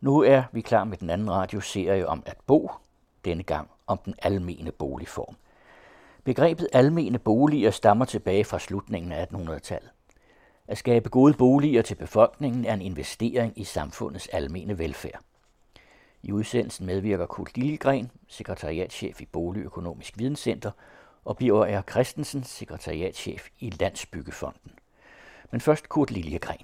Nu er vi klar med den anden radioserie om at bo, denne gang om den almene boligform. Begrebet almene boliger stammer tilbage fra slutningen af 1800-tallet. At skabe gode boliger til befolkningen er en investering i samfundets almene velfærd. I udsendelsen medvirker Kurt Liljegren, sekretariatschef i Boligøkonomisk Videnscenter, og Birger R. Christensen, sekretariatschef i Landsbyggefonden. Men først Kurt Liljegren.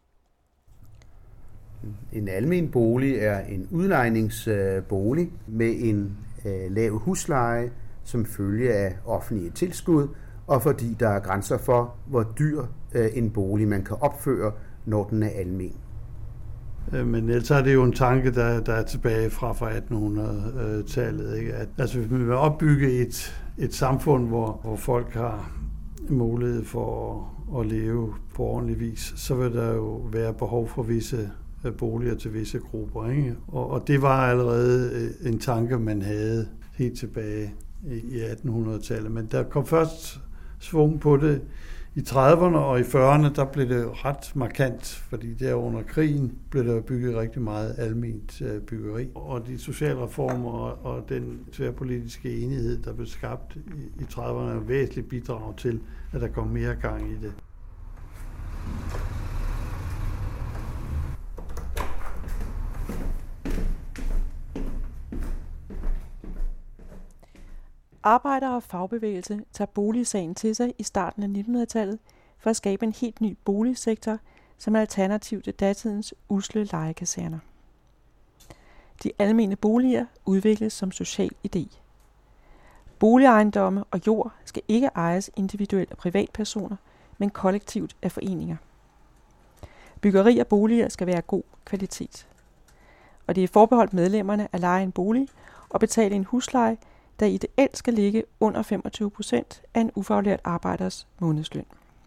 En almen bolig er en udlejningsbolig med en lav husleje som følge af offentlige tilskud, og fordi der er grænser for, hvor dyr en bolig man kan opføre, når den er almen. Men ellers er det jo en tanke, der er tilbage fra 1800-tallet. Ikke? Altså hvis man vil opbygge et samfund, hvor folk har mulighed for at leve på ordentlig vis, så vil der jo være behov for visse boliger til visse grupper. Ikke? Og det var allerede en tanke, man havde helt tilbage i 1800-tallet. Men der kom først svung på det i 30'erne, og i 40'erne, der blev det ret markant, fordi der under krigen blev der bygget rigtig meget alment byggeri. Og de sociale reformer og den tværpolitiske enighed, der blev skabt i 30'erne, er væsentligt bidrag til, at der kom mere gang i det. Arbejdere og fagbevægelse tager boligsagen til sig i starten af 1900-tallet for at skabe en helt ny boligsektor som alternativ til datidens usle lejekaserner. De almene boliger udvikles som social idé. Boligejendomme og jord skal ikke ejes individuelt af privatpersoner, men kollektivt af foreninger. Byggeri af boliger skal være af god kvalitet. Og det er forbeholdt medlemmerne at leje en bolig og betale en husleje, der ideelt skal ligge under 25% af en ufaglært arbejders månedsløn.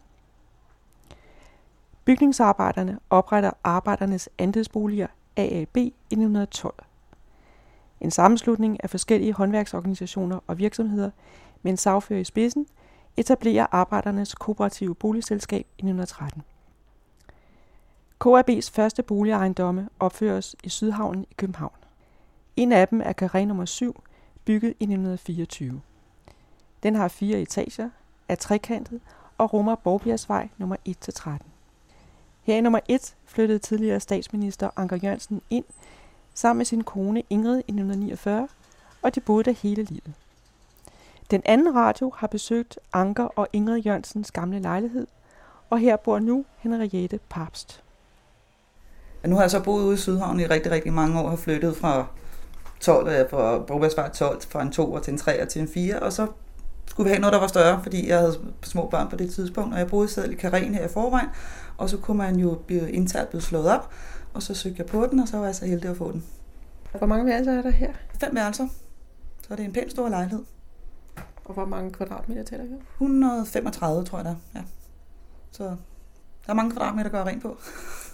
Bygningsarbejderne opretter Arbejdernes Andelsboliger AAB i 1912. En sammenslutning af forskellige håndværksorganisationer og virksomheder med en sagfører i spidsen etablerer Arbejdernes Kooperative Boligselskab i 1913. KAB's første boligejendomme opføres i Sydhavnen i København. En af dem er Karré nummer 7, bygget i 1924. Den har 4 etager, er trekantet og rummer Borgbjergsvej nummer 1-13. Her i nummer 1 flyttede tidligere statsminister Anker Jørgensen ind sammen med sin kone Ingrid i 1949, og de boede der hele livet. Den anden radio har besøgt Anker og Ingrid Jørgensens gamle lejlighed, og her bor nu Henriette Pabst. Nu har jeg så boet ude i Sydhavn i rigtig, rigtig mange år og har flyttet fra 12, fra Borgbjergsvej 12, fra en 2 til en 3 til en 4, og så skulle vi have noget, der var større, fordi jeg havde små børn på det tidspunkt, og jeg boede stadig i Karréen her i forvejen, og så kunne man jo internt blive slået op, og så søgte jeg på den, og så var jeg så heldig at få den. Hvor mange værelser er der her? 5 værelser, så er det en pænt stor lejlighed. Og hvor mange kvadratmeter tæller her? 135, tror jeg der, ja. Så der er mange kvadratmeter at gøre rent på.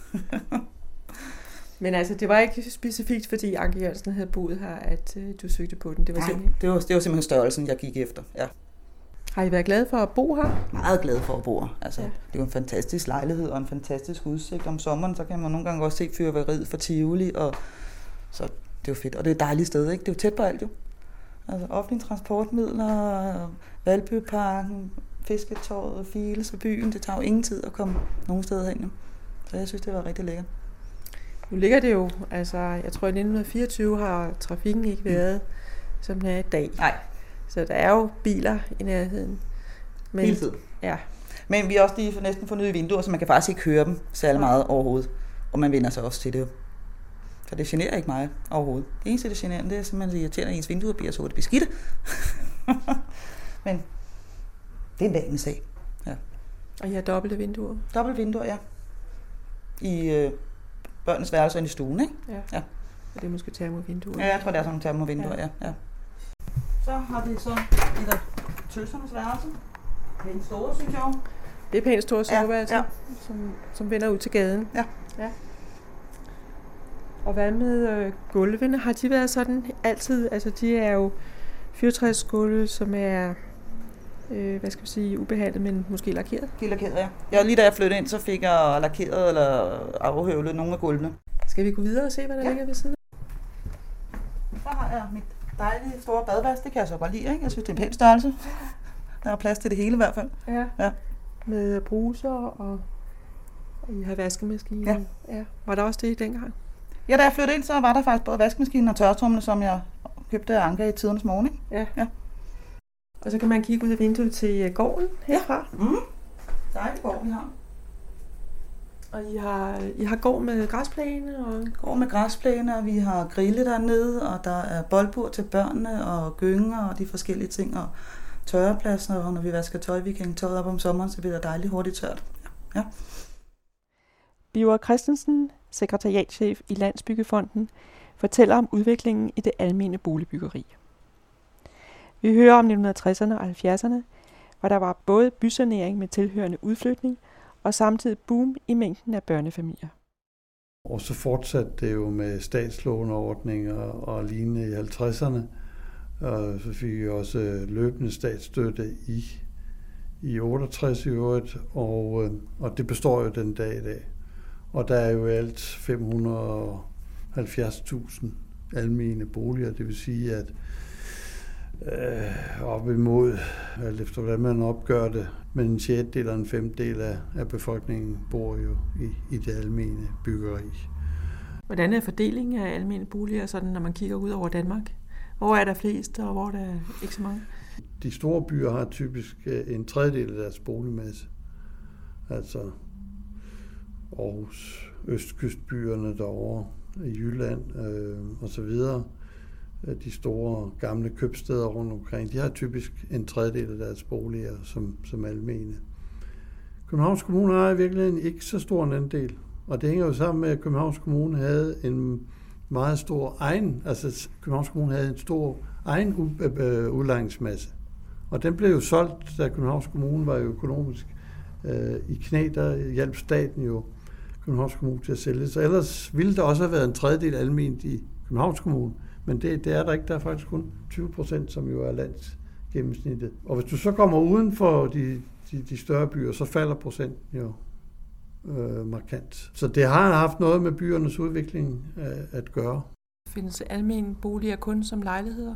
Men altså, det var ikke specifikt, fordi Anker Jørgensen havde boet her, at du søgte på den. Det var simpelthen... det var simpelthen størrelsen, jeg gik efter, ja. Har I været glade for at bo her? Meget glad for at bo her. Altså, ja. Det er jo en fantastisk lejlighed og en fantastisk udsigt. Om sommeren, så kan man nogle gange også se fyrværkeriet fra Tivoli, og så det er jo fedt. Og det er et dejligt sted, ikke? Det er jo tæt på alt jo. Altså offentlige transportmidler, Valbyparken, Fisketorvet, Fields og byen. Det tager jo ingen tid at komme nogen steder hen. Så jeg synes, det var rigtig lækkert. Nu ligger det jo, altså jeg tror i 1924 har trafikken ikke været, som den er i dag. Nej. Så der er jo biler i nærheden. Men, hele tiden. Ja. Men vi har også lige næsten fået nye vinduer, så man kan faktisk ikke høre dem særlig meget overhovedet. Og man vender sig også til det jo. Så det generer ikke mig overhovedet. Det eneste, det generer, det er simpelthen, at irriterer, at ens vinduer bliver så beskidte. Men det er en dagens sag. Ja. Og I har dobbelte vinduer? Dobbelte vinduer, ja. I børnenes værelse og i stuen, ikke? Ja. Og det er måske termovinduer? Ja, jeg tror, det er sådan nogle termovinduer, ja. Så har vi så et af tøsernes værelse. Pænt store, synes jeg. Det er pænt store soveværelse, ja. som vender ud til gaden. Ja. Og hvad med gulvene? Har de været sådan altid? Altså, de er jo fyrtræsgulve, som er, ubehandlet, men måske lakeret? De er lakeret, ja. Lige da jeg flyttede ind, så fik jeg lakeret eller afhøvlet nogle af gulvene. Skal vi gå videre og se, hvad der ligger ved siden? Der har jeg mit dejlige store badeværelse. Det kan jeg så godt lide, ikke? Jeg synes, det er en pæn størrelse. Der er plads til det hele i hvert fald. Ja. Med bruser og I har vaskemaskinen. Ja. Var der også det dengang? Ja, da jeg flyttede ind, så var der faktisk både vaskemaskinen og tørretrumle, som jeg købte af Anker i tidernes morgen, ikke? Ja. Og så kan man kigge ud af vinduet til gården herfra. Ja. Mm. Dejlig gård, vi har. Og I har gård med græsplæne? Og gård med græsplæne, og vi har grille dernede, og der er boldbur til børnene, og gynger og de forskellige ting, og tørrepladser, og når vi vasker tøj, vi kan hænge tøjet op om sommeren, så bliver det dejligt hurtigt tørt. Ja. Birger Christensen, sekretariatschef i Landsbyggefonden, fortæller om udviklingen i det almene boligbyggeri. Vi hører om 1960'erne og 70'erne, hvor der var både bysanering med tilhørende udflytning, og samtidig boom i mængden af børnefamilier. Og så fortsatte det jo med statslåneordninger og lignende i 50'erne. Og så fik vi også løbende statsstøtte i 68 i øvrigt, og det består jo den dag i dag. Og der er jo alt 570.000 almene boliger, det vil sige, at op imod, alt efter hvordan man opgør det, men en sjettedel og en femtedel af befolkningen bor jo i det almene byggeri. Hvordan er fordelingen af almene boliger, sådan, når man kigger ud over Danmark? Hvor er der flest, og hvor er der ikke så mange? De store byer har typisk en tredjedel af deres boligmasse. Altså Aarhus, østkystbyerne derovre, i Jylland og så videre. De store gamle købsteder rundt omkring, de har typisk en tredjedel af deres boliger som almene. Københavns Kommune har i virkeligheden ikke så stor en andel, og det hænger jo sammen med, at Københavns Kommune havde en meget stor Københavns Kommune havde en stor egen udlejningsmasse. Og den blev jo solgt, da Københavns Kommune var økonomisk i knæ, der hjalp staten jo Københavns Kommune til at sælge. Så ellers ville der også have været en tredjedel alment i Københavns Kommune, men det er der ikke. Der er faktisk kun 20%, som jo er landsgennemsnittet. Og hvis du så kommer uden for de større byer, så falder procenten jo markant. Så det har haft noget med byernes udvikling at gøre. Findes almene boliger kun som lejligheder?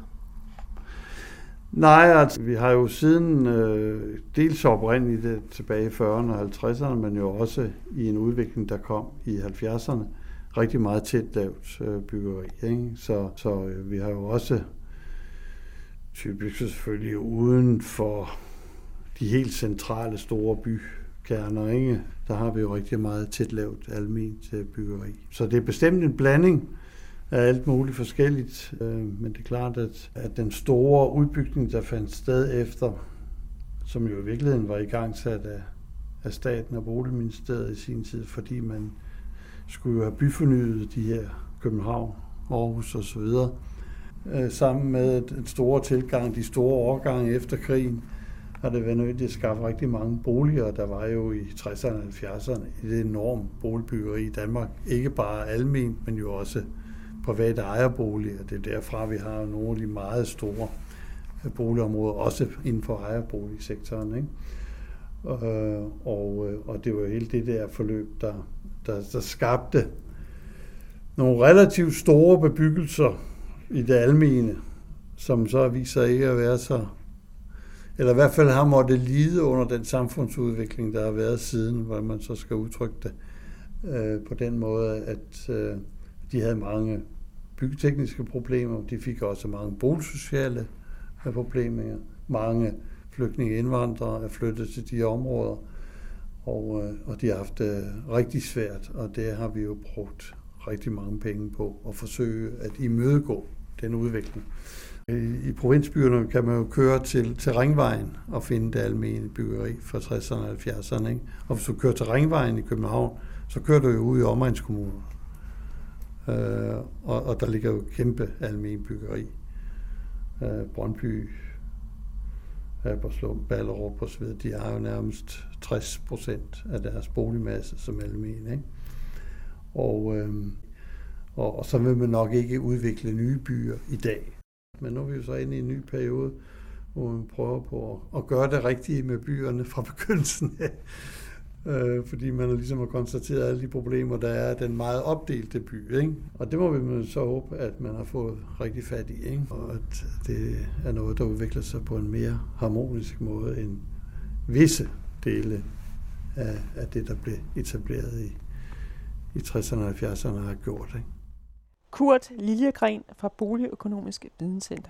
Nej, altså vi har jo siden dels oprindeligt det tilbage i 40'erne og 50'erne, men jo også i en udvikling, der kom i 70'erne, rigtig meget tæt lavt byggeri. Ikke? Så vi har jo også typisk selvfølgelig uden for de helt centrale store bykerner, ikke? Der har vi jo rigtig meget tæt lavt alment byggeri. Så det er bestemt en blanding af alt muligt forskelligt, men det er klart, at den store udbygning, der fandt sted efter, som jo i virkeligheden var igangsat af staten og Boligministeriet i sin tid, fordi man skulle jo have byfornyet de her København, Aarhus og så videre, sammen med den store tilgang, de store årgange efter krigen, har det været nødvendigt at skaffe rigtig mange boliger. Der var jo i 60'erne og 70'erne et enormt boligbyggeri i Danmark. Ikke bare alment, men jo også private ejerboliger. Det er derfra, vi har nogle af de meget store boligområder, også inden for ejerboligsektoren. Ikke? Og det var jo hele det der forløb, der skabte nogle relativt store bebyggelser i det almene, som så viser ikke at være så, eller i hvert fald har måttet lide under den samfundsudvikling, der har været siden, hvor man så skal udtrykke det på den måde, at de havde mange byggetekniske problemer, de fik også mange boligsociale problemer, mange flygtninge indvandrere er flyttet til de områder, og de har haft det rigtig svært, og det har vi jo brugt rigtig mange penge på at forsøge at imødegå den udvikling. I provinsbyerne kan man jo køre til Ringvejen og finde det almene byggeri fra 60'erne og 70'erne. Ikke? Og hvis du kører til Ringvejen i København, så kører du jo ud i omegnskommunerne. Og der ligger jo kæmpe almene byggeri. Brøndby, Haberslund, Ballerup og så videre, de har jo nærmest 60% af deres boligmasse som almene. Ikke? Og så vil man nok ikke udvikle nye byer i dag. Men nu er vi jo så inde i en ny periode, hvor man prøver på at gøre det rigtige med byerne fra begyndelsen af. fordi man ligesom har konstateret alle de problemer, der er den meget opdelte by. Ikke? Og det må vi så håbe, at man har fået rigtig fat i, ikke? Og at det er noget, der udvikler sig på en mere harmonisk måde end visse dele af det, der blev etableret i 60'erne og 70'erne har gjort. Ikke? Kurt Liljegren fra Boligøkonomisk Videnscenter.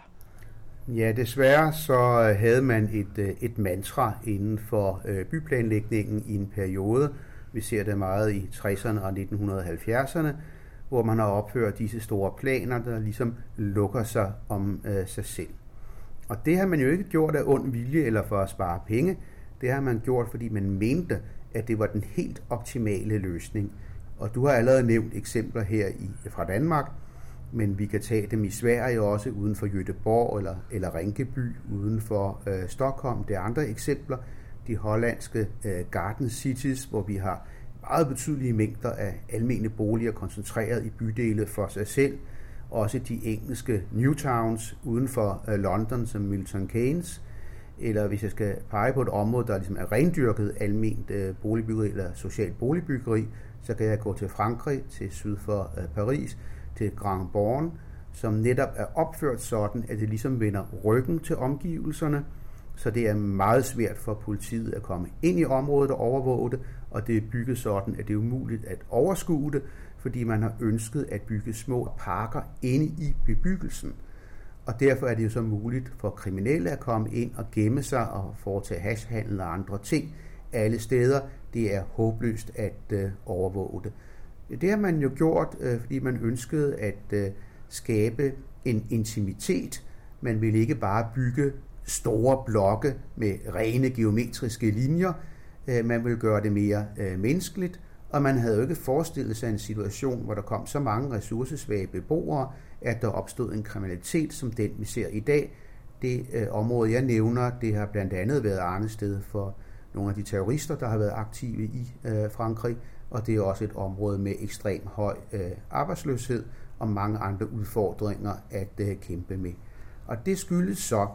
Ja, desværre så havde man et mantra inden for byplanlægningen i en periode. Vi ser det meget i 60'erne og 1970'erne, hvor man har opført disse store planer, der ligesom lukker sig om sig selv. Og det har man jo ikke gjort af ond vilje eller for at spare penge. Det har man gjort, fordi man mente, at det var den helt optimale løsning. Og du har allerede nævnt eksempler her fra Danmark, men vi kan tage dem i Sverige også, uden for Göteborg eller Rinkeby, uden for Stockholm. Det er andre eksempler. De hollandske garden cities, hvor vi har meget betydelige mængder af almene boliger koncentreret i bydele for sig selv. Også de engelske New Towns uden for London, som Milton Keynes. Eller hvis jeg skal pege på et område, der ligesom er rendyrket alment boligbyggeri eller socialt boligbyggeri, så kan jeg gå til Frankrig, til syd for Paris, til Grand Born, som netop er opført sådan, at det ligesom vender ryggen til omgivelserne, så det er meget svært for politiet at komme ind i området og overvåge det, og det er bygget sådan, at det er umuligt at overskue det, fordi man har ønsket at bygge små parker inde i bebyggelsen. Og derfor er det jo så muligt for kriminelle at komme ind og gemme sig og foretage hashhandel og andre ting alle steder. Det er håbløst at overvåge det. Det har man jo gjort, fordi man ønskede at skabe en intimitet. Man ville ikke bare bygge store blokke med rene geometriske linjer. Man ville gøre det mere menneskeligt, og man havde jo ikke forestillet sig en situation, hvor der kom så mange ressourcesvage beboere, at der opstod en kriminalitet som den, vi ser i dag. Det område, jeg nævner, det har blandt andet været arnested for nogle af de terrorister, der har været aktive i Frankrig, og det er også et område med ekstrem høj arbejdsløshed og mange andre udfordringer at kæmpe med. Og det skyldes så,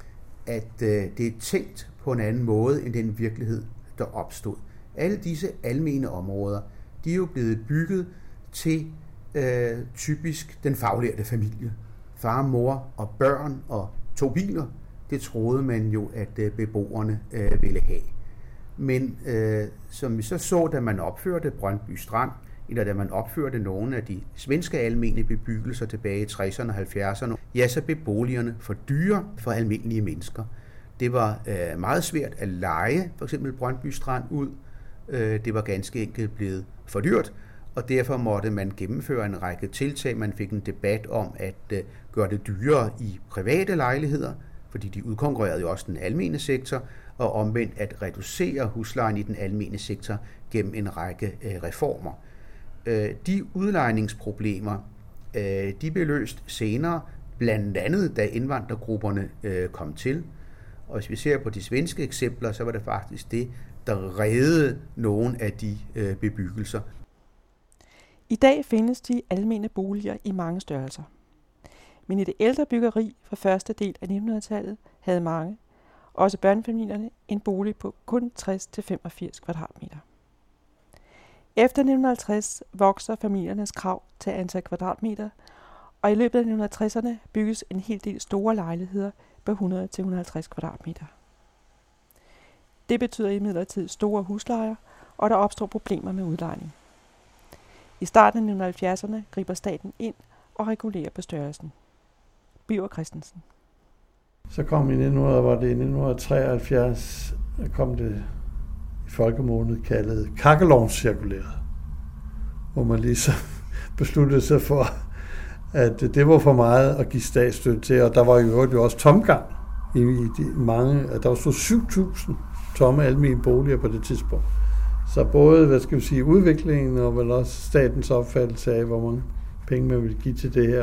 at det er tænkt på en anden måde end den virkelighed, der opstod. Alle disse almene områder, de er jo blevet bygget til typisk den faglærte familie. Far, mor og børn og 2 biler, det troede man jo, at beboerne ville have. Men som vi så, da man opførte Brøndby Strand, eller da man opførte nogle af de svenske almene bebyggelser tilbage i 60'erne og 70'erne, ja, så blev boligerne for dyre for almindelige mennesker. Det var meget svært at leje for eksempel Brøndby Strand ud. Det var ganske enkelt blevet for dyrt, og derfor måtte man gennemføre en række tiltag. Man fik en debat om at gøre det dyrere i private lejligheder, fordi de udkonkurrerede jo også den almene sektor, og omvendt at reducere huslejen i den almene sektor gennem en række reformer. De udlejningsproblemer, de blev løst senere, blandt andet da indvandrergrupperne kom til. Og hvis vi ser på de svenske eksempler, så var det faktisk det, der reddede nogle af de bebyggelser. I dag findes de almene boliger i mange størrelser. Men i det ældre byggeri fra første del af 1900-tallet havde mange, også børnefamilierne, en bolig på kun 60-85 kvadratmeter. Efter 1950 vokser familiernes krav til antal kvadratmeter, og i løbet af 1960'erne bygges en hel del store lejligheder på 100-150 kvadratmeter. Det betyder imidlertid store huslejer, og der opstår problemer med udlejning. I starten af 1970'erne griber staten ind og regulerer på størrelsen. Birger Christensen. Så kom i 1973, kom det i folkemundet kaldet kakkelovnscirkulæret, hvor man ligesom besluttede sig for, at det var for meget at give statsstøtte til, og der var jo også tomgang i de mange, der var så 7.000 tomme almene boliger på det tidspunkt. Så både, udviklingen og vel også statens opfattelse af, hvor mange penge man ville give til det her.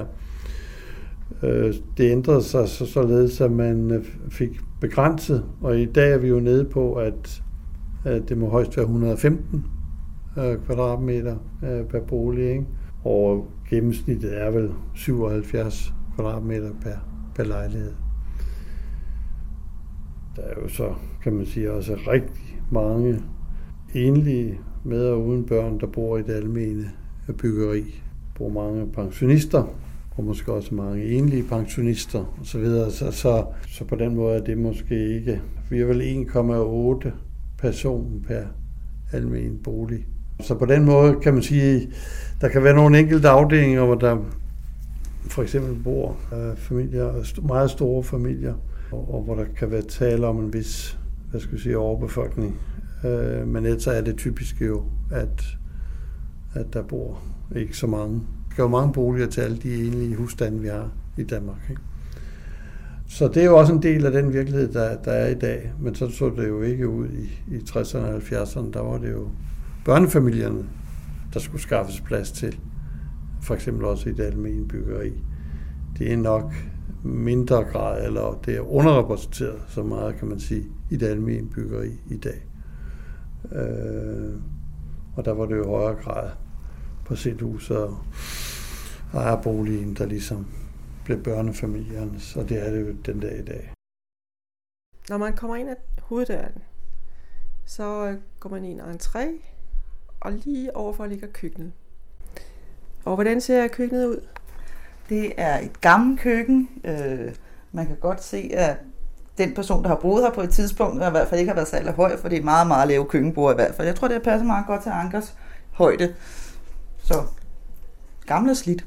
Det ændrede sig således, at man fik begrænset, og i dag er vi jo nede på, at det må højst være 115 kvadratmeter per bolig, ikke? Og gennemsnittet er vel 77 kvadratmeter per lejlighed. Der er jo så, kan man sige, også rigtig mange enlige med og uden børn, der bor i det almene byggeri. Der bor mange pensionister, og måske også mange enlige pensionister osv. Så på den måde er det måske ikke. Vi er vel 1,8 person per almen bolig. Så på den måde kan man sige, der kan være nogle enkelte afdelinger, hvor der for eksempel bor familier, meget store familier, og hvor der kan være tale om en vis, overbefolkning. Men ellers er det typisk jo, at der bor ikke så mange. Der er jo mange boliger til alle de enlige husstande, vi har i Danmark. Ikke? Så det er jo også en del af den virkelighed, der er i dag. Men så det jo ikke ud i 60'erne og 70'erne. Der var det jo børnefamilierne, der skulle skaffes plads til. For eksempel også i det almene byggeri. Det er nok mindre grad, eller det er underrepræsenteret så meget, kan man sige, i det almene byggeri i dag. Og der var det jo i højere grad parcelhus og ejerboligen, der ligesom blev børnefamiliernes, og det er det jo den dag i dag. Når man kommer ind ad hoveddøren, så går man ind i en entré, og lige overfor ligger køkkenet. Og hvordan ser køkkenet ud? Det er et gammelt køkken. Man kan godt se, at den person, der har boet her på et tidspunkt, i hvert fald ikke har været særlig høj, for det er meget, meget lave køkkenbord i hvert fald. Jeg tror, det passer meget godt til Ankers højde. Så gamle slidt.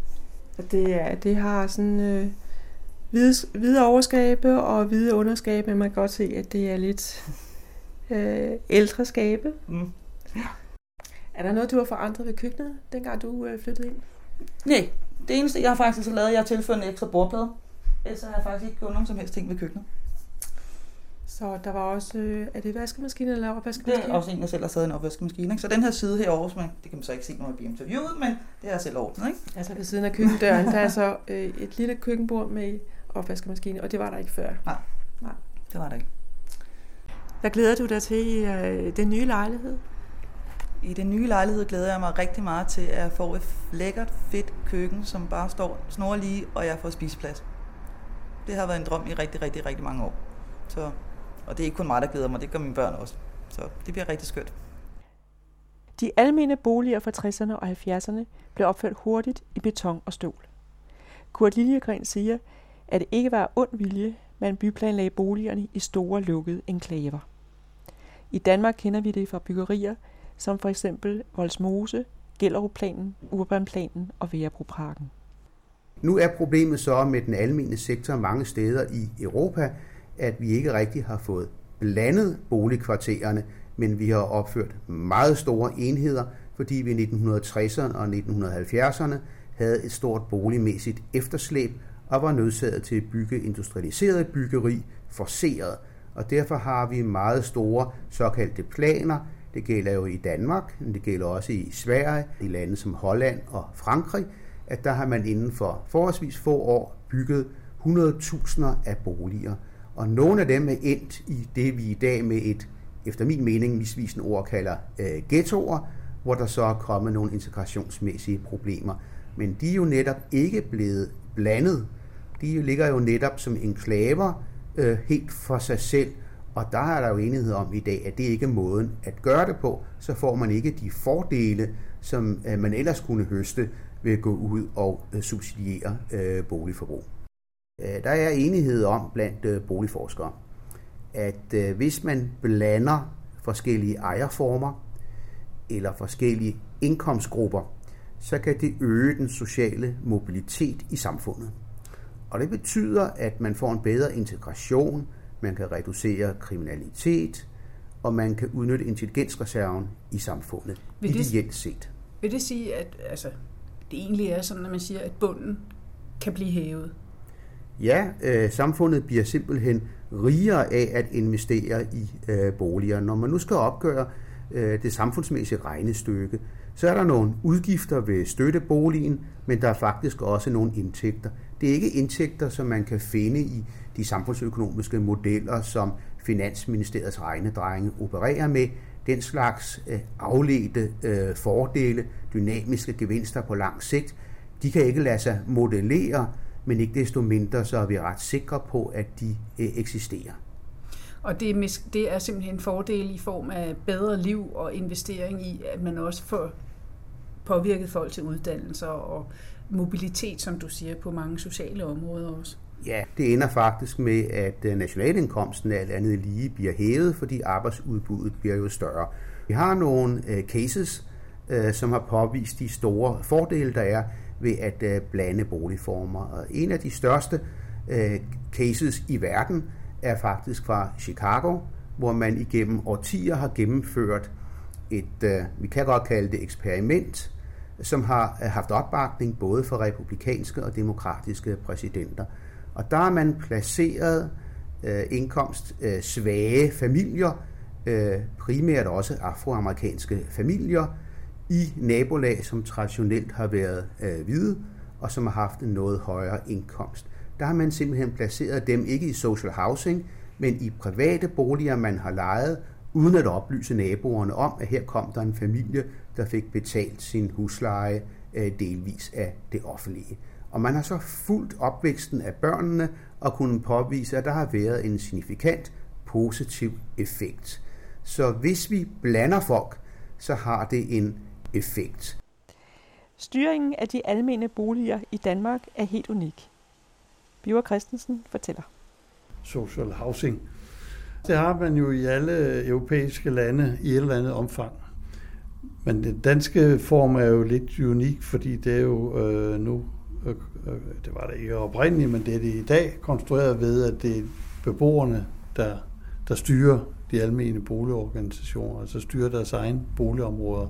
Det har sådan hvide overskabe og hvide underskabe, men man kan godt se, at det er lidt ældre skabe. Mm. Ja. Er der noget, du har forandret ved køkkenet, dengang du flyttede ind? Nej, det eneste, jeg har faktisk lavet, jeg har tilført en ekstra bordplade. Ellers har jeg faktisk ikke gjort nogen som helst ting ved køkkenet. Så der var også, er det vaskemaskine eller opvaskemaskine? Det er også en, jeg selv har taget en opvaskemaskine. Ikke? Så den her side herovre, det kan man så ikke se, når man bliver interviewet, men det har jeg selv ordnet. Ikke? Altså ved siden af køkkendøren, der er så et lille køkkenbord med opvaskemaskine, og det var der ikke før. Nej, det var der ikke. Hvad glæder du dig til i den nye lejlighed? I den nye lejlighed glæder jeg mig rigtig meget til at få et lækkert, fedt køkken, som bare står snorlige, og jeg får spiseplads. Det har været en drøm i rigtig, rigtig, rigtig mange år. Og det er ikke kun mig, der glæder mig, det gør mine børn også. Så det bliver rigtig skønt. De almene boliger fra 60'erne og 70'erne blev opført hurtigt i beton og stål. Kurt Liljegren siger, at det ikke var ond vilje, man byplanlagde boligerne i store lukkede enklaver. I Danmark kender vi det fra byggerier, som for eksempel Vollsmose, Gellerupplanen, Urbanplanen og Værebroparken. Nu er problemet så med den almene sektor mange steder i Europa, at vi ikke rigtig har fået blandet boligkvartererne, men vi har opført meget store enheder, fordi vi i 1960'erne og 1970'erne havde et stort boligmæssigt efterslæb og var nødsaget til at bygge industrialiseret byggeri forceret. Og derfor har vi meget store såkaldte planer. Det gælder jo i Danmark, men det gælder også i Sverige, i lande som Holland og Frankrig, at der har man inden for forholdsvis få år bygget 100.000 af boliger. Og nogle af dem er endt i det, vi i dag med et, efter min mening, misvisende ord kalder ghettoer, hvor der så er kommet nogle integrationsmæssige problemer. Men de er jo netop ikke blevet blandet. De ligger jo netop som enklaver helt for sig selv, og der er der jo enighed om i dag, at det ikke er måden at gøre det på. Så får man ikke de fordele, som man ellers kunne høste ved at gå ud og subsidiere boligforbrug. Der er enighed om blandt boligforskere, at hvis man blander forskellige ejerformer eller forskellige indkomstgrupper, så kan det øge den sociale mobilitet i samfundet. Og det betyder, at man får en bedre integration, man kan reducere kriminalitet, og man kan udnytte intelligensreserven i samfundet, ideelt set. Vil det sige, at det egentlig er sådan, at man siger, at bunden kan blive hævet? Ja, samfundet bliver simpelthen rigere af at investere i boliger. Når man nu skal opgøre det samfundsmæssige regnestykke, så er der nogle udgifter ved støtteboligen, men der er faktisk også nogle indtægter. Det er ikke indtægter, som man kan finde i de samfundsøkonomiske modeller, som Finansministeriets regnedrenge opererer med. Den slags afledte fordele, dynamiske gevinster på lang sigt, de kan ikke lade sig modellere, men ikke desto mindre så er vi ret sikre på, at de eksisterer. Og det er simpelthen en fordel i form af bedre liv og investering i, at man også får påvirket folk til uddannelser og mobilitet, som du siger, på mange sociale områder også. Ja, det ender faktisk med, at nationalindkomsten alt andet lige bliver hævet, fordi arbejdsudbuddet bliver jo større. Vi har nogle cases, som har påvist de store fordele, der er ved at blande boligformer. Og en af de største cases i verden er faktisk fra Chicago, hvor man igennem årtier har gennemført et, vi kan godt kalde det eksperiment, som har haft opbakning både for republikanske og demokratiske præsidenter. Og der har man placeret indkomstsvage familier, primært også afroamerikanske familier, i nabolag, som traditionelt har været hvide, og som har haft en noget højere indkomst. Der har man simpelthen placeret dem ikke i social housing, men i private boliger, man har lejet, uden at oplyse naboerne om, at her kom der en familie, der fik betalt sin husleje delvis af det offentlige. Og man har så fulgt opvæksten af børnene og kunne påvise, at der har været en signifikant positiv effekt. Så hvis vi blander folk, så har det en effekt. Styringen af de almene boliger i Danmark er helt unik. Birger Christensen fortæller. Social housing. Det har man jo i alle europæiske lande i et eller andet omfang. Men den danske form er jo lidt unik, fordi det er jo nu, det var det ikke oprindeligt, men det er det i dag, konstrueret ved, at det er beboerne, der styrer de almene boligorganisationer, altså styrer deres egen boligområder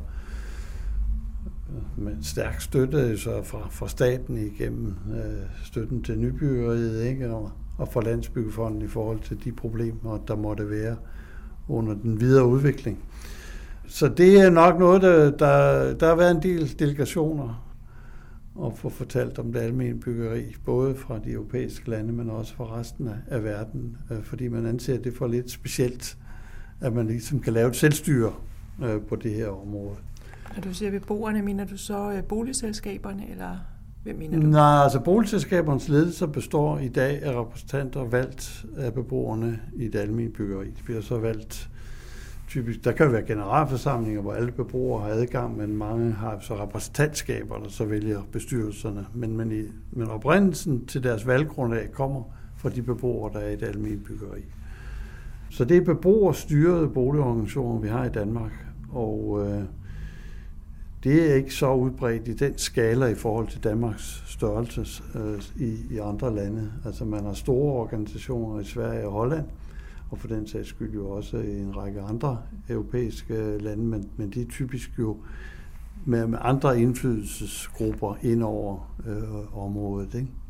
med stærk støtte så fra staten igennem støtten til nybyggeriet, ikke? Og fra Landsbyggefonden i forhold til de problemer, der måtte være under den videre udvikling. Så det er nok noget, der har været en del delegationer og få fortalt om det almene byggeri, både fra de europæiske lande, men også fra resten af verden, fordi man anser det for lidt specielt, at man ligesom kan lave et selvstyre på det her område. Når du siger beboerne, mener du så boligselskaberne, eller hvem mener du? Nej, altså boligselskabernes ledelse består i dag af repræsentanter valgt af beboerne i det almene byggeri. Det bliver så valgt typisk, der kan jo være generalforsamlinger, hvor alle beboere har adgang, men mange har så repræsentantskaber, der så vælger bestyrelserne. Men oprindelsen til deres valggrundlag kommer fra de beboere, der er i det almene byggeri. Så det er beboerstyrede boligorganisationer, vi har i Danmark, og det er ikke så udbredt i den skala i forhold til Danmarks størrelse i andre lande. Altså man har store organisationer i Sverige og Holland, og for den sags skyld jo også i en række andre europæiske lande, men de er typisk jo med andre indflydelsesgrupper ind over området.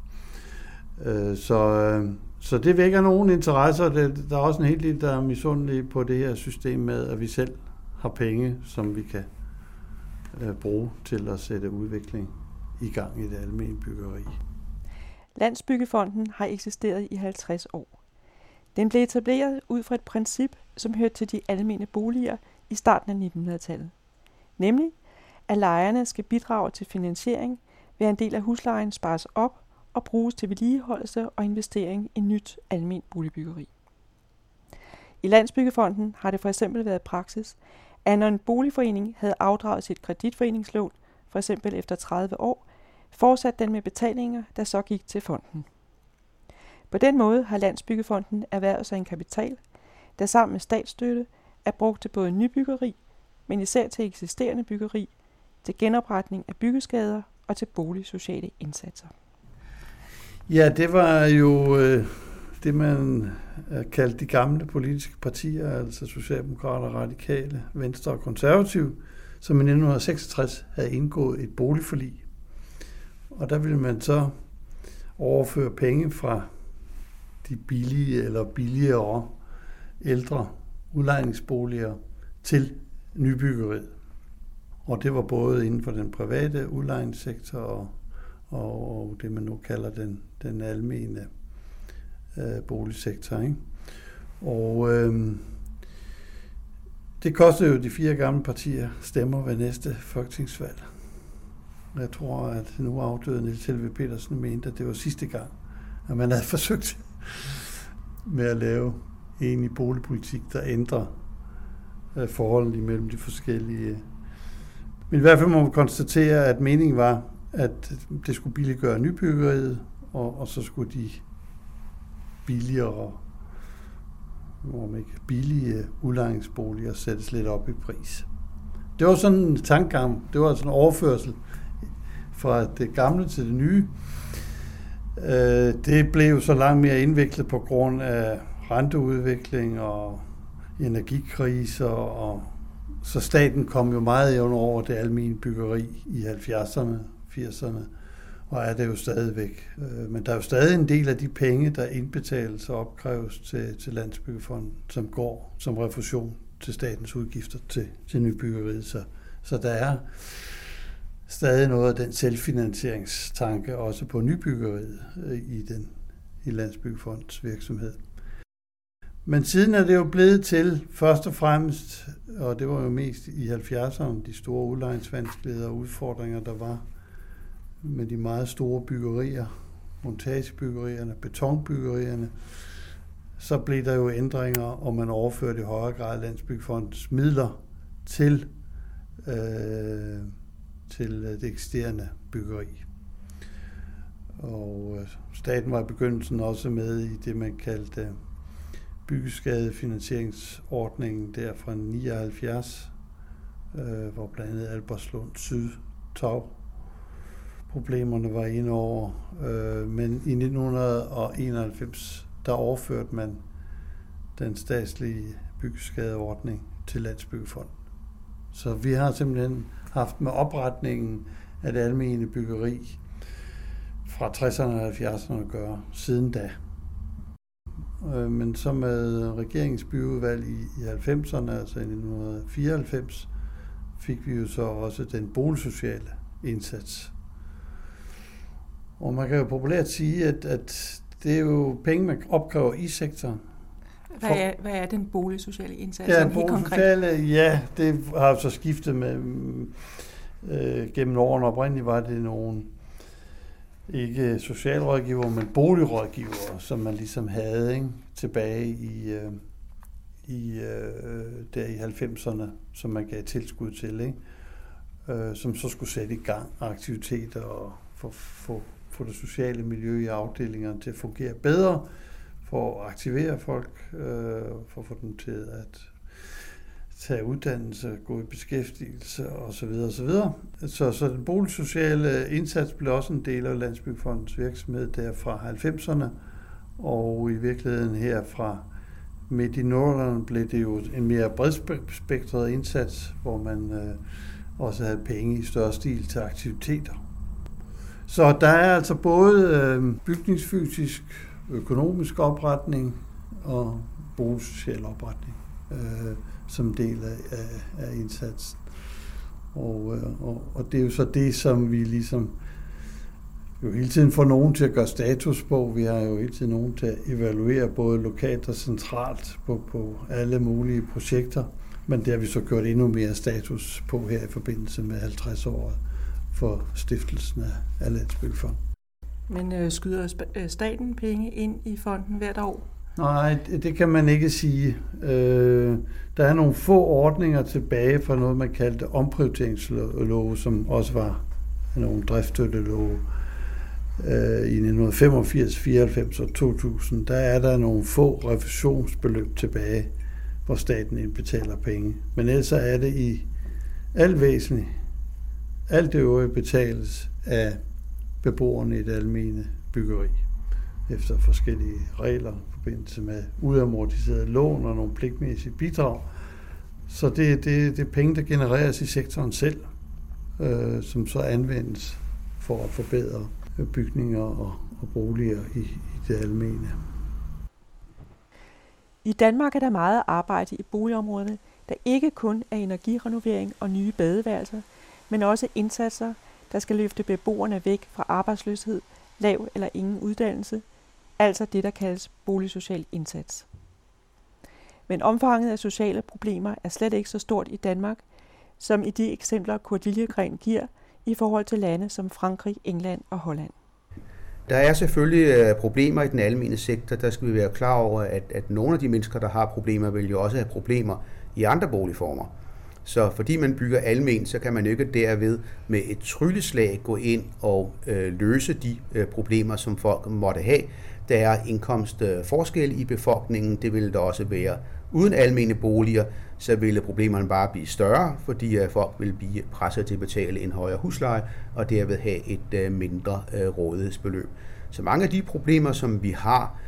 Ikke? Så det vækker nogle interesser. Der er også en hel del, der er misundelige på det her system med, at vi selv har penge, som vi kan bruge til at sætte udvikling i gang i det almene byggeri. Landsbyggefonden har eksisteret i 50 år. Den blev etableret ud fra et princip, som hørte til de almene boliger i starten af 1900-tallet. Nemlig, at lejerne skal bidrage til finansiering, ved en del af huslejen spares op og bruges til vedligeholdelse og investering i nyt alment boligbyggeri. I Landsbyggefonden har det for eksempel været praksis, at når en boligforening havde afdraget sit kreditforeningslån, for eksempel efter 30 år, fortsatte den med betalinger, der så gik til fonden. På den måde har Landsbyggefonden erhvervet sig en kapital, der sammen med statsstøtte er brugt til både nybyggeri, men især til eksisterende byggeri, til genopretning af byggeskader og til boligsociale indsatser. Ja, det var jo det, man kaldte de gamle politiske partier, altså Socialdemokrater, Radikale, Venstre og Konservative, som i 1966 havde indgået et boligforlig. Og der ville man så overføre penge fra de billige eller billigere ældre udlejningsboliger til nybyggeriet. Og det var både inden for den private udlejningssektor og det, man nu kalder den almene boligsektor. Ikke? Og det kostede jo de 4 gamle partier stemmer ved næste folketingsvalg. Jeg tror, at nu afdøde Niels Helveg Petersen mente, at det var sidste gang, at man havde forsøgt med at lave egentlig boligpolitik, der ændrer forholdet imellem de forskellige. Men i hvert fald må man konstatere, at meningen var, at det skulle billiggøre nybyggeriet, og så skulle de billigere, billige udlejningsboliger sættes lidt op i pris. Det var sådan en tankegang, det var sådan en overførsel fra det gamle til det nye. Det blev så langt mere indviklet på grund af renteudvikling og energikriser, og så staten kom jo meget under over det almene byggeri i 70'erne, 80'erne, og er det jo stadigvæk. Men der er jo stadig en del af de penge, der indbetales og opkræves til Landsbyggefonden, som går som refusion til statens udgifter til nybyggeriet. Så der er stadig noget af den selvfinansieringstanke også på nybyggeriet i Landsbyggefondens virksomhed. Men siden er det jo blevet til først og fremmest, og det var jo mest i 70'erne, de store udlejningsvanskeligheder og udfordringer, der var med de meget store byggerier, montagebyggerierne, betonbyggerierne, så blev der jo ændringer, og man overførte i højere grad Landsbyggefondens midler til det eksisterende byggeri. Og staten var i begyndelsen også med i det, man kaldte byggeskadefinansieringsordningen der fra 79, hvor blandt andet Albertslund Syd-Tag problemerne var inde over. Men i 1991, der overførte man den statslige byggeskadeordning til Landsbyggefonden. Så vi har simpelthen haft med opretningen af det almene byggeri fra 60'erne og 70'erne at gøre siden da. Men så med regeringens byudvalg i 90'erne, altså i 1994, fik vi jo så også den boligsociale indsats. Og man kan jo populært sige, at det er jo penge, man opkræver i sektoren. Hvad er den boligsociale indsats? Ja, boligsociale, ja, det har jo så skiftet med gennem årene. Oprindeligt var det nogle ikke socialrådgivere, men boligrådgivere, som man ligesom havde, ikke, tilbage i 90'erne, som man gav tilskud til, ikke, som så skulle sætte i gang aktiviteter og få det sociale miljø i afdelingerne til at fungere bedre, for at aktivere folk, for at få dem til at tage uddannelse, gå i beskæftigelse osv. osv. Så den boligsociale indsats blev også en del af Landsbyggefondens virksomhed der fra 90'erne, og i virkeligheden her fra midt i Nordland blev det jo en mere bredspektret indsats, hvor man også havde penge i større stil til aktiviteter. Så der er altså både bygningsfysisk, økonomisk opretning og boligsocial opretning som del af indsatsen. Og det er jo så det, som vi ligesom jo hele tiden får nogen til at gøre status på. Vi har jo hele tiden nogen til at evaluere både lokalt og centralt på alle mulige projekter, men det har vi så gjort endnu mere status på her i forbindelse med 50-året for stiftelsen af Landsbyggefonden. Men skyder staten penge ind i fonden hvert år? Nej, det kan man ikke sige. Der er nogle få ordninger tilbage fra noget, man kaldte omprioriteringslove, som også var nogle driftsstøttelove. I 1985, 94 og 2000, der er der nogle få refusionsbeløb tilbage, hvor staten indbetaler penge. Men ellers er det i alt væsentligt. Alt det øvrige betales af beboerne i det almene byggeri efter forskellige regler i forbindelse med udamortiseret lån og nogle pligtmæssige bidrag. Så det er penge, der genereres i sektoren selv, som så anvendes for at forbedre bygninger og boliger i det almene. I Danmark er der meget arbejde i boligområderne, der ikke kun er energirenovering og nye badeværelser, men også indsatser, der skal løfte beboerne væk fra arbejdsløshed, lav eller ingen uddannelse, altså det, der kaldes boligsocial indsats. Men omfanget af sociale problemer er slet ikke så stort i Danmark, som i de eksempler, Kurt Liljegren giver i forhold til lande som Frankrig, England og Holland. Der er selvfølgelig problemer i den almene sektor. Der skal vi være klar over, at nogle af de mennesker, der har problemer, vil jo også have problemer i andre boligformer. Så fordi man bygger almen, så kan man jo ikke derved med et trylleslag gå ind og løse de problemer, som folk måtte have. Der er indkomstforskel i befolkningen. Det vil der også være uden almene boliger, så ville problemerne bare blive større, fordi folk vil blive presset til at betale en højere husleje, og derved have et mindre rådighedsbeløb. Så mange af de problemer, som vi har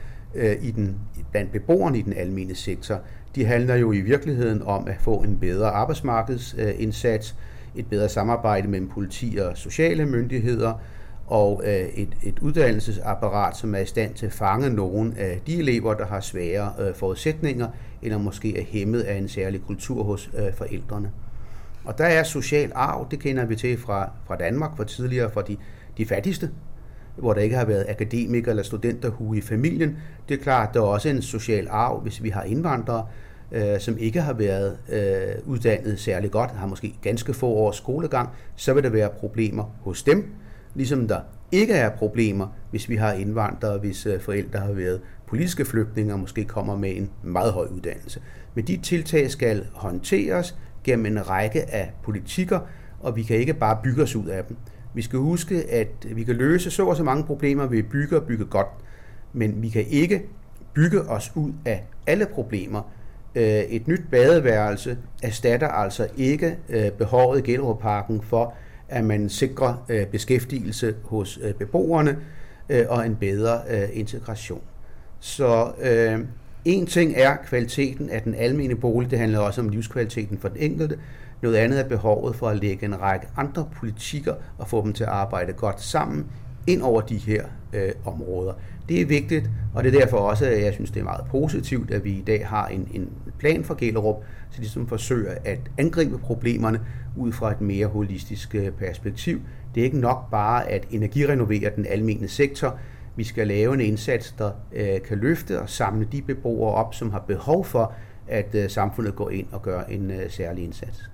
blandt beboerne i den almene sektor, de handler jo i virkeligheden om at få en bedre arbejdsmarkedsindsats, et bedre samarbejde mellem politi og sociale myndigheder, og et uddannelsesapparat, som er i stand til at fange nogle af de elever, der har svære forudsætninger, eller måske er hæmmet af en særlig kultur hos forældrene. Og der er social arv, det kender vi til fra Danmark, fra tidligere fra de fattigste, hvor der ikke har været akademikere eller studenterhue i familien. Det er klart, der er også en social arv, hvis vi har indvandrere, som ikke har været uddannet særlig godt, har måske ganske få års skolegang, så vil der være problemer hos dem, ligesom der ikke er problemer, hvis vi har indvandrere, hvis forældre har været politiske flygtninge og måske kommer med en meget høj uddannelse. Men de tiltag skal håndteres gennem en række af politikker, og vi kan ikke bare bygge os ud af dem. Vi skal huske, at vi kan løse så og så mange problemer ved at bygge godt, men vi kan ikke bygge os ud af alle problemer. Et nyt badeværelse erstatter altså ikke behovet i Gellerupparken for, at man sikrer beskæftigelse hos beboerne og en bedre integration. Så en ting er kvaliteten af den almene bolig, det handler også om livskvaliteten for den enkelte. Noget andet er behovet for at lægge en række andre politikker og få dem til at arbejde godt sammen ind over de her områder. Det er vigtigt, og det er derfor også, at jeg synes, det er meget positivt, at vi i dag har en plan for Gellerup, så de ligesom forsøger at angribe problemerne ud fra et mere holistisk perspektiv. Det er ikke nok bare at energirenovere den almene sektor. Vi skal lave en indsats, der kan løfte og samle de beboere op, som har behov for, at samfundet går ind og gør en særlig indsats.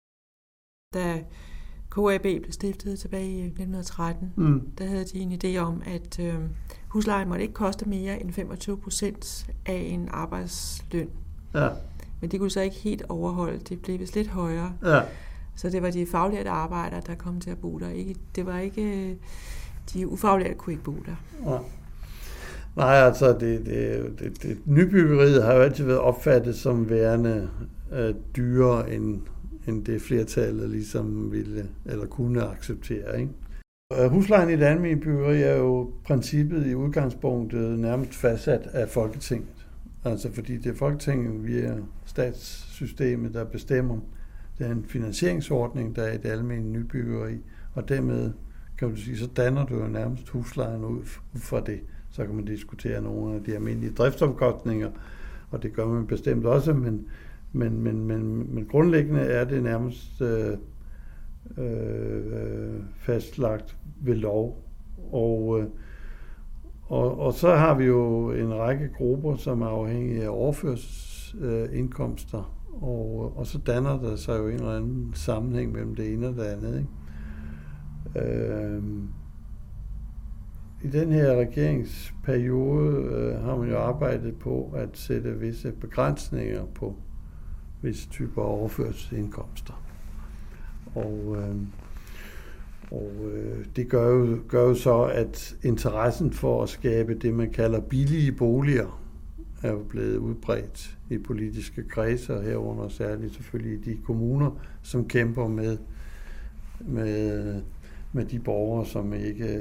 Da KAB blev stiftet tilbage i 1913, der havde de en idé om, at huslejen måtte ikke koste mere end 25% af en arbejdsløn. Ja. Men det kunne så ikke helt overholde. Det blev vist lidt højere. Ja. Så det var de faglærte arbejdere, der kom til at bo der. Det var ikke de ufaglærte kunne ikke bo der. Ja. Nej, altså det nybyggeriet har jo altid været opfattet som værende dyrere end det flertallet ligesom ville eller kunne acceptere, ikke? Huslejen i det almene byggeri er jo princippet i udgangspunktet nærmest fastsat af Folketinget. Altså fordi det er Folketinget via statssystemet, der bestemmer den finansieringsordning, der er i det almene nybyggeri, og dermed kan du sige, så danner du jo nærmest huslejen ud fra det. Så kan man diskutere nogle af de almindelige driftsomkostninger, og det gør man bestemt også, men grundlæggende er det nærmest fastlagt ved lov. Og så har vi jo en række grupper, som er afhængige af overførselsindkomster, og så danner der sig jo en eller anden sammenhæng mellem det ene og det andet, ikke? I den her regeringsperiode har man jo arbejdet på at sætte visse begrænsninger på visse typer overførselsindkomster. Og det gør jo så, at interessen for at skabe det, man kalder billige boliger, er jo blevet udbredt i politiske kredser, herunder særligt selvfølgelig i de kommuner, som kæmper med de borgere, som ikke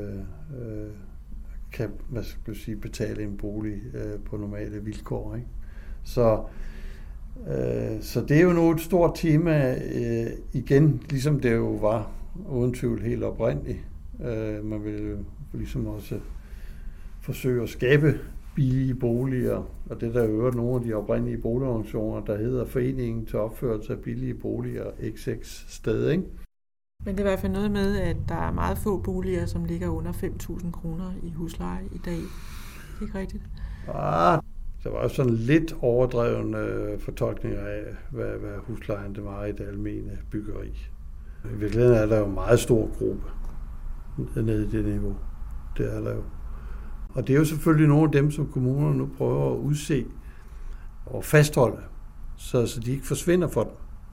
kan betale en bolig på normale vilkår, ikke? Så det er jo nu et stort tema igen, ligesom det jo var uden tvivl helt oprindeligt. Man vil jo ligesom også forsøge at skabe billige boliger, og det der er øvrigt nogle af de oprindelige boligorganisationer, der hedder Foreningen til opførelse af billige boliger XX sted, ikke? Men det er i hvert fald noget med, at der er meget få boliger, som ligger under 5.000 kroner i husleje i dag. Det er ikke rigtigt? Der var jo sådan lidt overdrevne fortolkninger af, hvad huslejen det var i det almene byggeri. I virkeligheden er der jo en meget stor gruppe nede i det niveau. Det er der jo. Og det er jo selvfølgelig nogle af dem, som kommunerne nu prøver at udse og fastholde, så de ikke forsvinder for dem.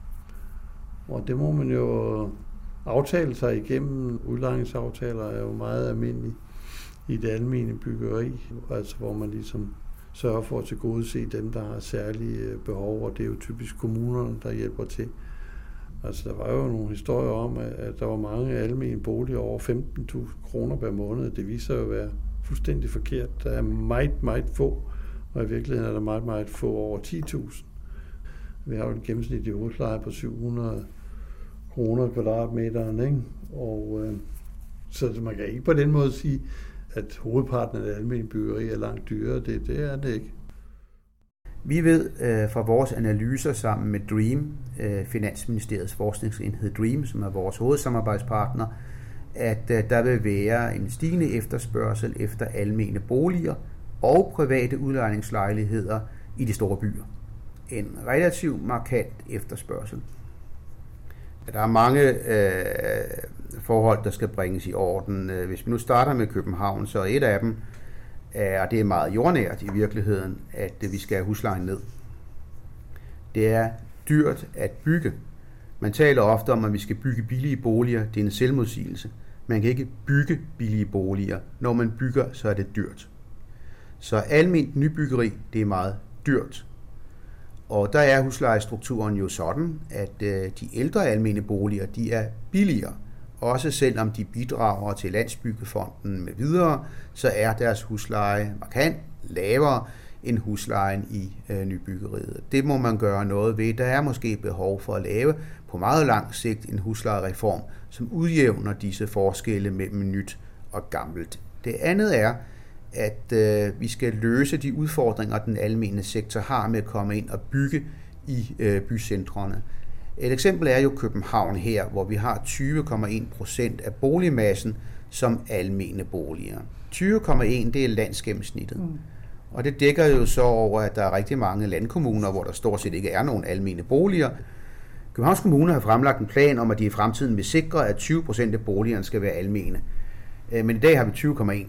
Og det må man jo aftale sig igennem. Udlejningsaftaler er jo meget almindelige i det almene byggeri, altså hvor man ligesom sørger for at tilgodese dem, der har særlige behov, og det er jo typisk kommunerne, der hjælper til. Altså der var jo nogle historier om, at der var mange almene boliger over 15.000 kroner per måned. Det viser jo at være fuldstændig forkert. Der er meget, meget få, og i virkeligheden er der meget, meget få over 10.000. Vi har jo en gennemsnitlig husleje på 700 kroner kvadratmeteren, ikke? Og så man kan ikke på den måde sige, at hovedparten af det almene byggeri er langt dyrere. Det er det ikke. Vi ved fra vores analyser sammen med DREAM, Finansministeriets forskningsenhed DREAM, som er vores hovedsamarbejdspartner, at der vil være en stigende efterspørgsel efter almene boliger og private udlejningslejligheder i de store byer. En relativt markant efterspørgsel. Der er mange forhold, der skal bringes i orden. Hvis vi nu starter med København, så et af dem og det er meget jordnært i virkeligheden, at vi skal have huslejen ned. Det er dyrt at bygge. Man taler ofte om, at vi skal bygge billige boliger. Det er en selvmodsigelse. Man kan ikke bygge billige boliger. Når man bygger, så er det dyrt. Så alment nybyggeri, det er meget dyrt. Og der er huslejestrukturen jo sådan, at de ældre almene boliger, de er billigere. Også selvom de bidrager til Landsbyggefonden med videre, så er deres husleje markant lavere end huslejen i nybyggeriet. Det må man gøre noget ved. Der er måske behov for at lave på meget lang sigt en huslejereform, som udjævner disse forskelle mellem nyt og gammelt. Det andet er, at vi skal løse de udfordringer, den almene sektor har med at komme ind og bygge i bycentrene. Et eksempel er jo København her, hvor vi har 20,1% af boligmassen som almene boliger. 20,1 det er landsgennemsnittet. Og det dækker jo så over, at der er rigtig mange landkommuner, hvor der stort set ikke er nogen almene boliger. Københavns Kommune har fremlagt en plan om, at de i fremtiden vil sikre, at 20% af boligerne skal være almene. Men i dag har vi 20,1.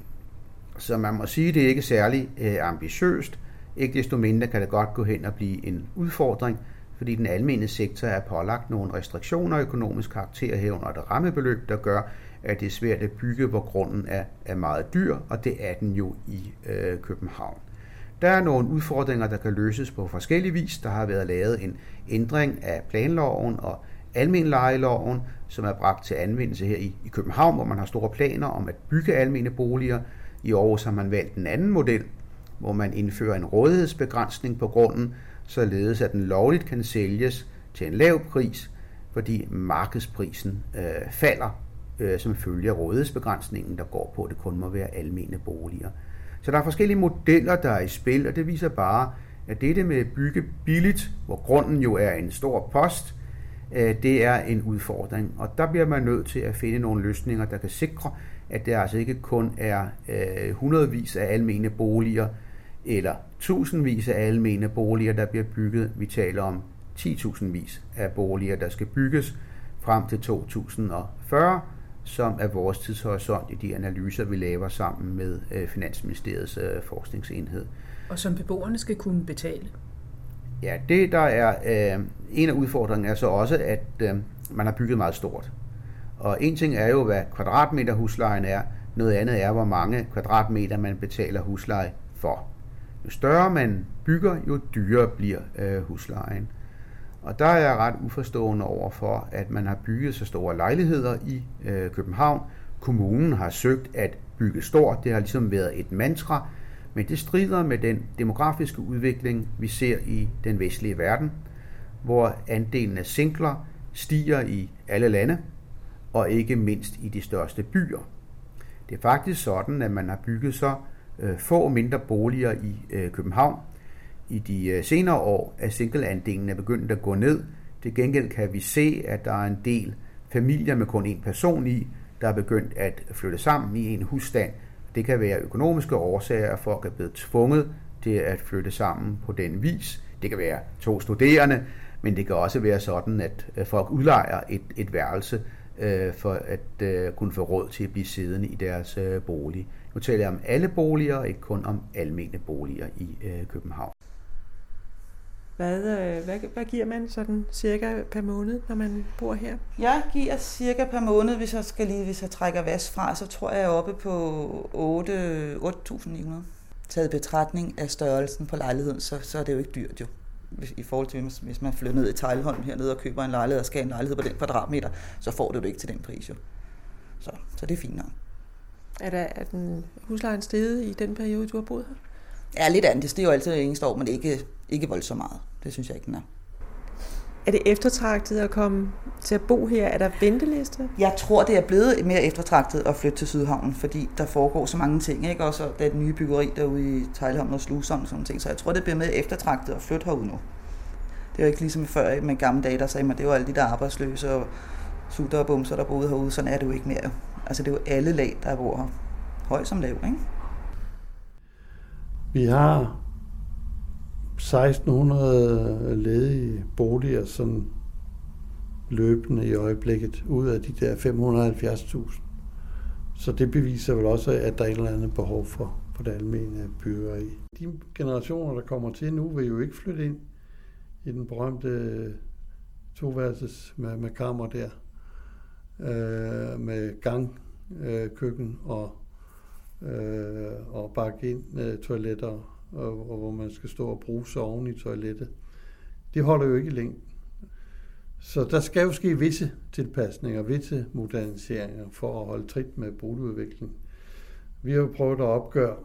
Så man må sige, at det ikke er særlig ambitiøst. Ikke desto mindre kan det godt gå hen og blive en udfordring, fordi den almene sektor er pålagt nogle restriktioner, økonomisk karakter herunder et rammebeløb, der gør, at det er svært at bygge, hvor grunden er meget dyr, og det er den jo i København. Der er nogle udfordringer, der kan løses på forskellige vis. Der har været lavet en ændring af planloven og almenlejeloven, som er bragt til anvendelse her i København, hvor man har store planer om at bygge almene boliger. I Aarhus har man valgt en anden model, hvor man indfører en rådighedsbegrænsning på grunden, således at den lovligt kan sælges til en lav pris, fordi markedsprisen falder som følge af rådighedsbegrænsningen, der går på, at det kun må være almene boliger. Så der er forskellige modeller, der er i spil, og det viser bare, at dette med at bygge billigt, hvor grunden jo er en stor post, det er en udfordring. Og der bliver man nødt til at finde nogle løsninger, der kan sikre, at det altså ikke kun er hundredvis af almene boliger, eller tusindvis af almene boliger, der bliver bygget. Vi taler om 10.000vis af boliger, der skal bygges frem til 2040, som er vores tidshorisont i de analyser, vi laver sammen med Finansministeriets forskningsenhed. Og som beboerne skal kunne betale? Ja, det der er en af udfordringerne er så også, at man har bygget meget stort. Og en ting er jo, hvad kvadratmeter huslejen er. Noget andet er, hvor mange kvadratmeter man betaler husleje for. Jo større man bygger, jo dyrere bliver huslejen. Og der er jeg ret uforstående over for, at man har bygget så store lejligheder i København. Kommunen har søgt at bygge stort. Det har ligesom været et mantra. Men det strider med den demografiske udvikling, vi ser i den vestlige verden, hvor andelen af singler stiger i alle lande, og ikke mindst i de største byer. Det er faktisk sådan, at man har bygget så få mindre boliger i København. I de senere år er singleandelen begyndt at gå ned. Til gengæld kan vi se, at der er en del familier med kun én person i, der er begyndt at flytte sammen i en husstand. Det kan være økonomiske årsager, at folk er blevet tvunget til at flytte sammen på den vis. Det kan være 2 studerende, men det kan også være sådan, at folk udlejer et værelse for at kunne få råd til at blive siddende i deres bolig. Nu taler jeg om alle boliger, ikke kun om almene boliger i København. Hvad giver man sådan cirka per måned, når man bor her? Jeg giver cirka per måned, hvis jeg trækker vask fra, så tror jeg er oppe på 8.900. Taget betragtning af størrelsen på lejligheden, så er det jo ikke dyrt jo. I forhold til, hvis man flytter ned i Teglholm hernede og køber en lejlighed og skal en lejlighed på den kvadratmeter, så får du det ikke til den pris jo. Så det er fint nok. Er den huslejen steget i den periode, du har boet her? Ja, lidt andet. Det stiger jo altid eneste år, men ikke voldsomt meget. Det synes jeg ikke, den er. Er det eftertragtet at komme til at bo her? Er der venteliste? Jeg tror, det er blevet mere eftertragtet at flytte til Sydhavnen, fordi der foregår så mange ting, ikke? Også der er et nye byggeri derude i Teglholm og Slusen og sådan ting, så jeg tror, det bliver mere eftertragtet at flytte herud nu. Det er jo ikke ligesom før med gamle dage, der sagde man, det var alle de der arbejdsløse og sutter og bumser, der boede herude. Sådan er det jo ikke mere. Altså, det er jo alle lag, der bor her. Høj som lav, ikke? Vi har 1600 ledige boliger sådan løbende i øjeblikket ud af de der 570.000. Så det beviser vel også, at der er et eller andet behov for det almene byggeri. De generationer, der kommer til nu, vil jo ikke flytte ind i den berømte toværelses med kammer der, med gang, køkken og bakke ind med toiletter, og hvor man skal stå og bruge sig oven i toilettet. Det holder jo ikke længden. Så der skal jo ske visse tilpasninger, visse moderniseringer for at holde trit med boligudviklingen. Vi har jo prøvet at opgøre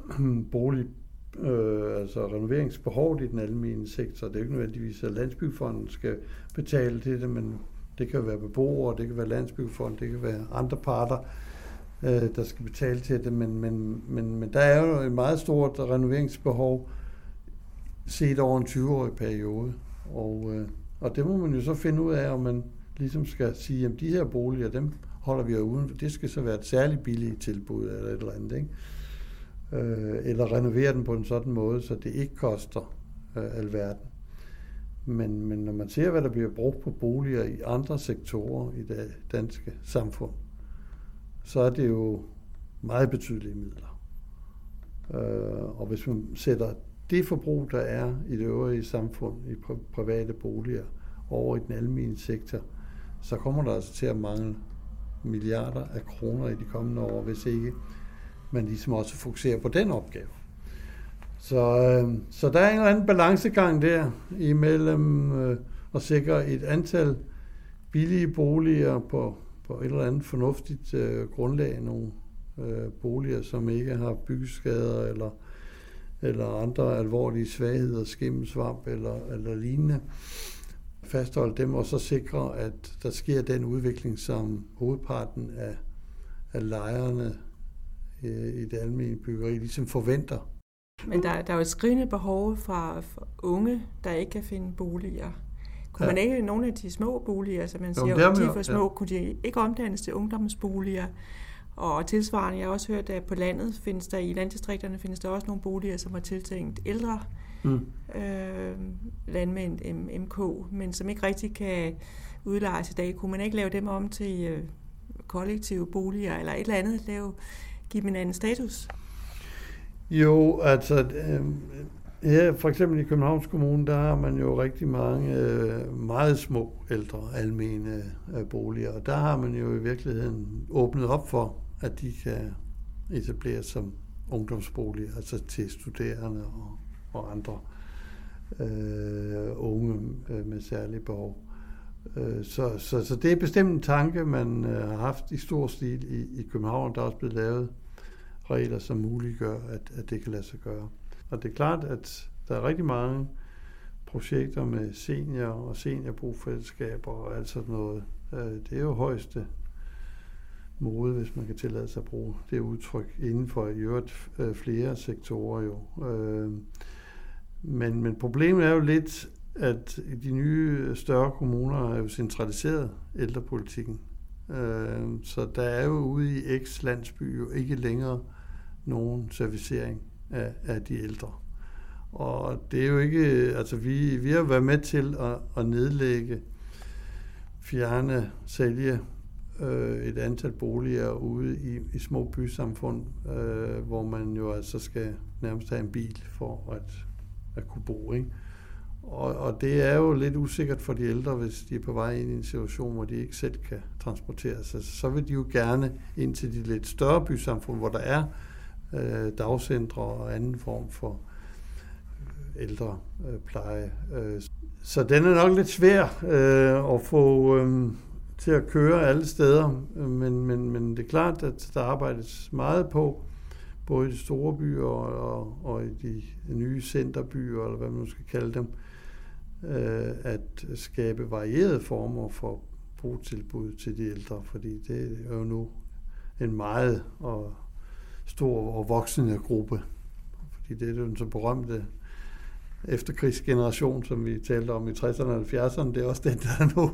altså renoveringsbehovet i den almene sektor. Det er jo ikke nødvendigvis, at Landsbyggefonden skal betale til det, men det kan være beboere, det kan være Landsbyggefonden, det kan være andre parter, der skal betale til det, men der er jo et meget stort renoveringsbehov set over en 20-årig periode, og det må man jo så finde ud af, om man ligesom skal sige, at de her boliger, dem holder vi jo uden, for det skal så være et særligt billigt tilbud eller et eller andet, ikke? Eller renovere den på en sådan måde, så det ikke koster alverden. Men når man ser, hvad der bliver brugt på boliger i andre sektorer i det danske samfund, så er det jo meget betydelige midler. Og hvis man sætter det forbrug, der er i det øvrige samfund, i private boliger, over i den almene sektor, så kommer der altså til at mangle milliarder af kroner i de kommende år, hvis ikke man ligesom også fokuserer på den opgave. Så der er en eller anden balancegang der imellem at sikre et antal billige boliger på et eller andet fornuftigt grundlag, nogle boliger, som ikke har byggeskader eller andre alvorlige svagheder, skimmelsvamp eller lignende. Fastholde dem og så sikre, at der sker den udvikling, som hovedparten af lejerne i det almene byggeri ligesom forventer. Men der er jo et skrigende behov for unge, der ikke kan finde boliger. Kunne man ikke nogle af de små boliger, som man siger, de er for små, kunne de ikke omdannes til ungdomsboliger? Og tilsvarende, jeg har også hørt, at på landet i landdistrikterne findes der også nogle boliger, som er tiltænkt ældre landmænd, MK, men som ikke rigtig kan udlejes i dag. Kunne man ikke lave dem om til kollektive boliger eller et eller andet, give dem en anden status? Jo, altså her for eksempel i Københavns Kommune, der har man jo rigtig mange meget små ældre almene boliger, og der har man jo i virkeligheden åbnet op for, at de kan etableres som ungdomsboliger, altså til studerende og andre unge med særlige behov. Så det er bestemt en tanke, man har haft i stor stil i København. Der er også blevet lavet regler, som muliggør, at det kan lade sig gøre. Og det er klart, at der er rigtig mange projekter med senior og seniorbofællesskaber og alt sådan noget. Det er jo højeste mode, hvis man kan tillade sig at bruge det udtryk inden for i øvrigt flere sektorer jo. Men problemet er jo lidt, at de nye større kommuner har jo centraliseret ældrepolitikken. Så der er jo ude i X-landsby jo ikke længere nogen servicering af de ældre. Og det er jo ikke, altså vi har været med til at nedlægge, fjerne, sælge et antal boliger ude i små bysamfund, hvor man jo altså skal nærmest have en bil for at kunne bo, ikke? Og det er jo lidt usikkert for de ældre, hvis de er på vej ind i en situation, hvor de ikke selv kan transportere sig. Så vil de jo gerne ind til de lidt større bysamfund, hvor der er dagcentre og anden form for ældrepleje. Så den er nok lidt svær at få til at køre alle steder, men det er klart, at der arbejdes meget på, både i de store byer og i de nye centerbyer, eller hvad man skal kalde dem, at skabe varierede former for botilbud til de ældre, fordi det er jo nu en meget stor og voksende gruppe. Fordi det er jo den så berømte efterkrigsgeneration, som vi talte om i 60'erne og 70'erne, det er også den, der nu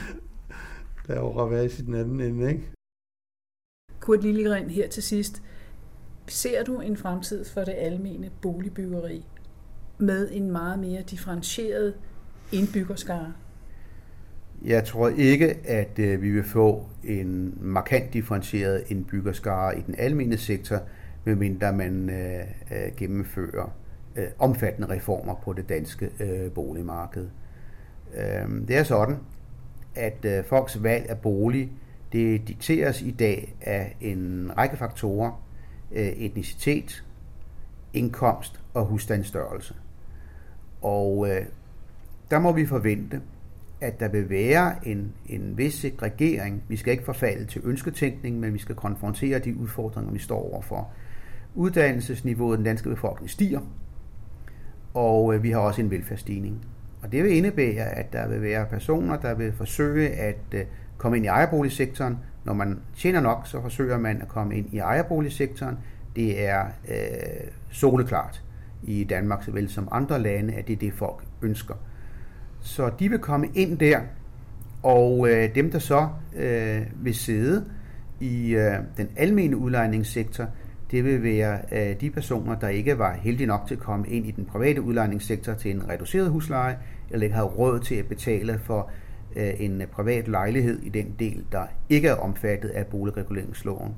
laver ravage i den anden ende, ikke? Kurt Lillegren, her til sidst. Ser du en fremtid for det almene boligbyggeri med en meget mere differentieret indbyggerskare? Jeg tror ikke, at vi vil få en markant differentieret indbyggerskare i den almene sektor, medmindre man gennemfører omfattende reformer på det danske boligmarked. Det er sådan, at folks valg af bolig, det dikteres i dag af en række faktorer: etnicitet, indkomst og husstandsstørrelse. Og der må vi forvente, at der vil være en vis segregering. Vi skal ikke forfalde til ønsketænkning, men vi skal konfrontere de udfordringer, vi står overfor. Uddannelsesniveauet i den danske befolkning stiger, og vi har også en velfærdsstigning. Og det vil indebære, at der vil være personer, der vil forsøge at komme ind i ejerboligsektoren. Når man tjener nok, så forsøger man at komme ind i ejerboligsektoren. Det er soleklart i Danmark, såvel som andre lande, at det er det, folk ønsker. Så de vil komme ind der, og dem, der så vil sidde i den almene udlejningssektor, det vil være de personer, der ikke var heldige nok til at komme ind i den private udlejningssektor til en reduceret husleje, eller ikke havde råd til at betale for en privat lejlighed i den del, der ikke er omfattet af boligreguleringsloven.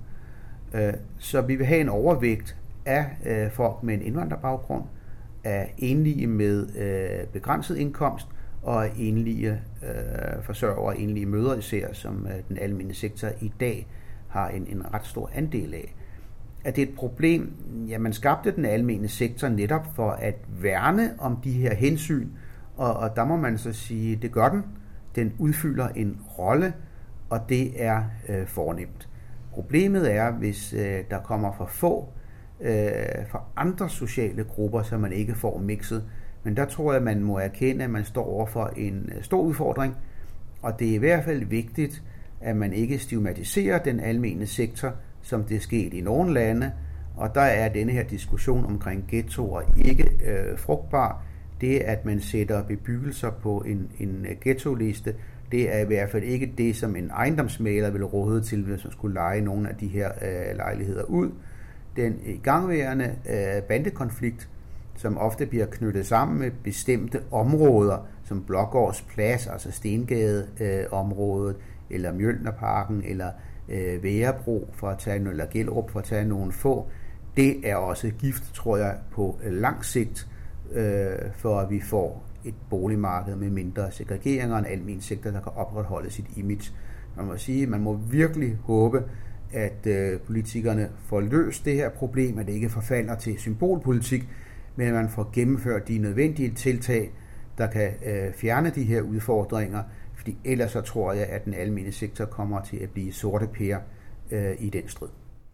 Så vi vil have en overvægt af folk med en indvandrerbaggrund, af enlige med begrænset indkomst, og enlige forsørgere, enlige mødre især, som den almene sektor i dag har en ret stor andel af. At det er et problem, ja, man skabte den almene sektor netop for at værne om de her hensyn, og der må man så sige, det gør den. Den udfylder en rolle, og det er fornemt. Problemet er, hvis der kommer for få fra andre sociale grupper, så man ikke får mixet. Men der tror jeg, at man må erkende, at man står over for en stor udfordring, og det er i hvert fald vigtigt, at man ikke stigmatiserer den almene sektor, som det er sket i nogle lande, og der er denne her diskussion omkring ghettoer ikke frugtbar. Det, at man sætter bebyggelser på en ghettoliste, det er i hvert fald ikke det, som en ejendomsmægler vil råde til, hvis man skulle leje nogle af de her lejligheder ud. Den igangværende bandekonflikt, som ofte bliver knyttet sammen med bestemte områder, som Blågårds Plads, altså Stengadeområdet, eller Mjølnerparken, eller Værebro, eller Gellerup, for at tage nogle få, det er også gift, tror jeg, på lang sigt, for at vi får et boligmarked med mindre segregering og en almen sektor, der kan opretholde sit image. Man må sige, man må virkelig håbe, at politikerne får løst det her problem, at det ikke forfalder til symbolpolitik, men at man får gennemført de nødvendige tiltag, der kan fjerne de her udfordringer, fordi ellers så tror jeg, at den almene sektor kommer til at blive sorte pærer i den strid.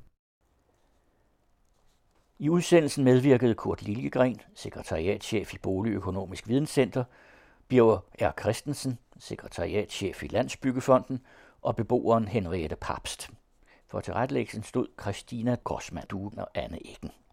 I udsendelsen medvirkede Kurt Lillegren, sekretariatschef i Boligøkonomisk Videnscenter, Birger R. Christensen, sekretariatschef i Landsbyggefonden, og beboeren Henriette Papst. For tilrettelæggelsen stod Christina Grossmann og Anne Eggen.